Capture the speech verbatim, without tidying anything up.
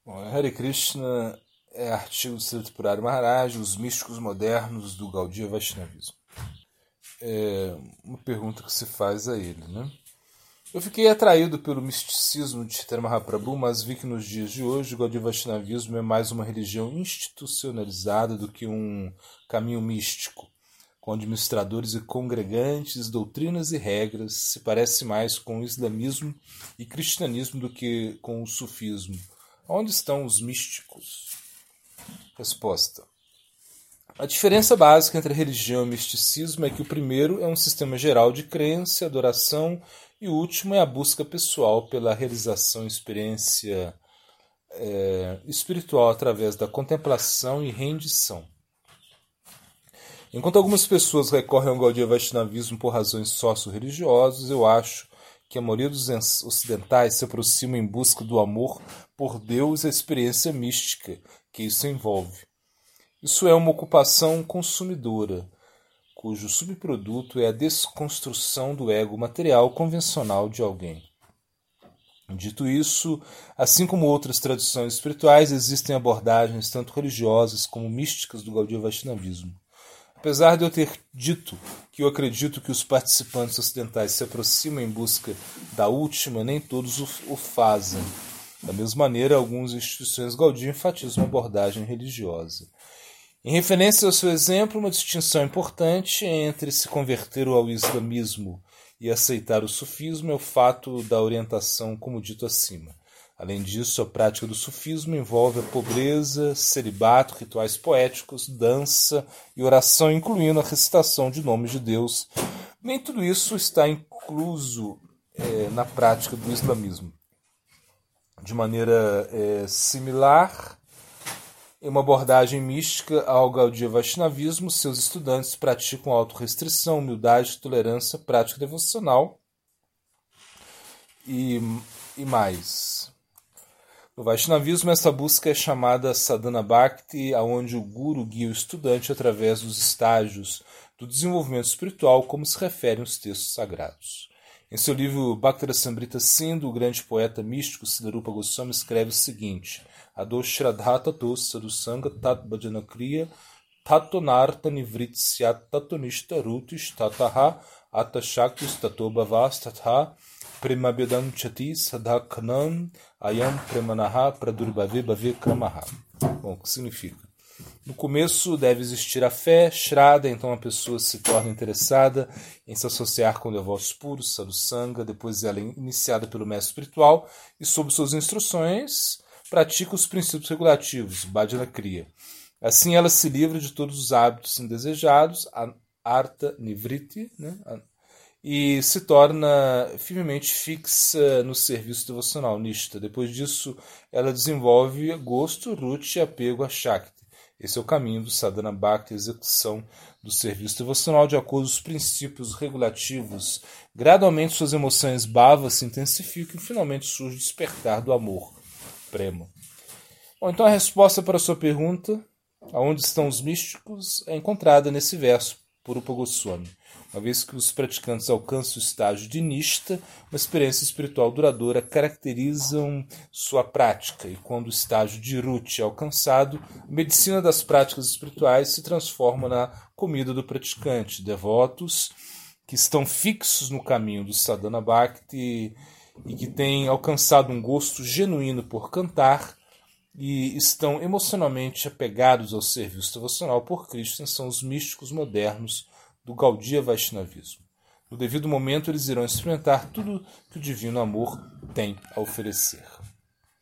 Bom, Hare Krishna é artigo do Srila Tripurari Maharaj, Os Místicos Modernos do Gaudiya Vaishnavismo. É uma pergunta que se faz a ele, né? Eu fiquei atraído pelo misticismo de Chaitanya Mahaprabhu, mas vi que nos dias de hoje o Gaudiya Vaishnavismo é mais uma religião institucionalizada do que um caminho místico, com administradores e congregantes, doutrinas e regras. Se parece mais com o islamismo e cristianismo do que com o sufismo. Onde estão os místicos? Resposta. A diferença básica entre a religião e o misticismo é que o primeiro é um sistema geral de crença e adoração e o último é a busca pessoal pela realização e experiência é, espiritual através da contemplação e rendição. Enquanto algumas pessoas recorrem ao Gaudiya Vaishnavismo por razões sócio-religiosas, eu acho que a maioria dos ocidentais se aproxima em busca do amor por Deus e a experiência mística que isso envolve. Isso é uma ocupação consumidora, cujo subproduto é a desconstrução do ego material convencional de alguém. Dito isso, assim como outras tradições espirituais, existem abordagens tanto religiosas como místicas do Gaudiya Vaishnavismo. Apesar de eu ter dito que eu acredito que os participantes ocidentais se aproximam em busca da última, nem todos o fazem. Da mesma maneira, algumas instituições Gaudiya enfatizam a abordagem religiosa. Em referência ao seu exemplo, uma distinção importante entre se converter ao islamismo e aceitar o sufismo é o fato da orientação, como dito acima. Além disso, a prática do sufismo envolve a pobreza, celibato, rituais poéticos, dança e oração, incluindo a recitação de nomes de Deus. Nem tudo isso está incluso é, na prática do islamismo. De maneira é, similar, em uma abordagem mística ao Gaudiya Vaishnavismo, seus estudantes praticam autorrestrição, humildade, tolerância, prática devocional e, e mais. No Vaishnavismo, essa busca é chamada Sadhana Bhakti, onde o guru guia o estudante através dos estágios do desenvolvimento espiritual, como se referem os textos sagrados. Em seu livro Bhaktirasamrita Sindhu, o grande poeta místico Siddharupa Goswami escreve o seguinte: Ado Shraddha Tato Sadhusanga Tat Bhajana Kriya Tato Narta Nivritsyat Tato Nishta Rutis Tataha Atashaktis Tato Bhavas Tatha Premabhyadam Chati Sadhakanam Ayam Premanaha Pradurbhave Bhave Kramaha. Bom, o que significa? No começo deve existir a fé, Shraddha, então a pessoa se torna interessada em se associar com devotos puros, sadhusanga, depois ela é iniciada pelo mestre espiritual e, sob suas instruções, pratica os princípios regulativos, bhajana kriya. Assim ela se livra de todos os hábitos indesejados, artha nivriti, né? E se torna firmemente fixa no serviço devocional, nishta. Depois disso, ela desenvolve gosto, ruchi e apego a shakti. Esse é o caminho do sadhana bhakti, a execução do serviço devocional de acordo com os princípios regulativos. Gradualmente suas emoções bhava se intensificam e finalmente surge o despertar do amor, prema. Bom, então a resposta para a sua pergunta, aonde estão os místicos, é encontrada nesse verso por Rupa Goswami. Uma vez que os praticantes alcançam o estágio de nishta, uma experiência espiritual duradoura caracterizam sua prática, e quando o estágio de ruchi é alcançado, a medicina das práticas espirituais se transforma na comida do praticante. Devotos que estão fixos no caminho do sadhana bhakti e que têm alcançado um gosto genuíno por cantar e estão emocionalmente apegados ao serviço devocional por Krishna são os místicos modernos do Gaudiya Vaishnavismo. No devido momento, eles irão experimentar tudo que o divino amor tem a oferecer.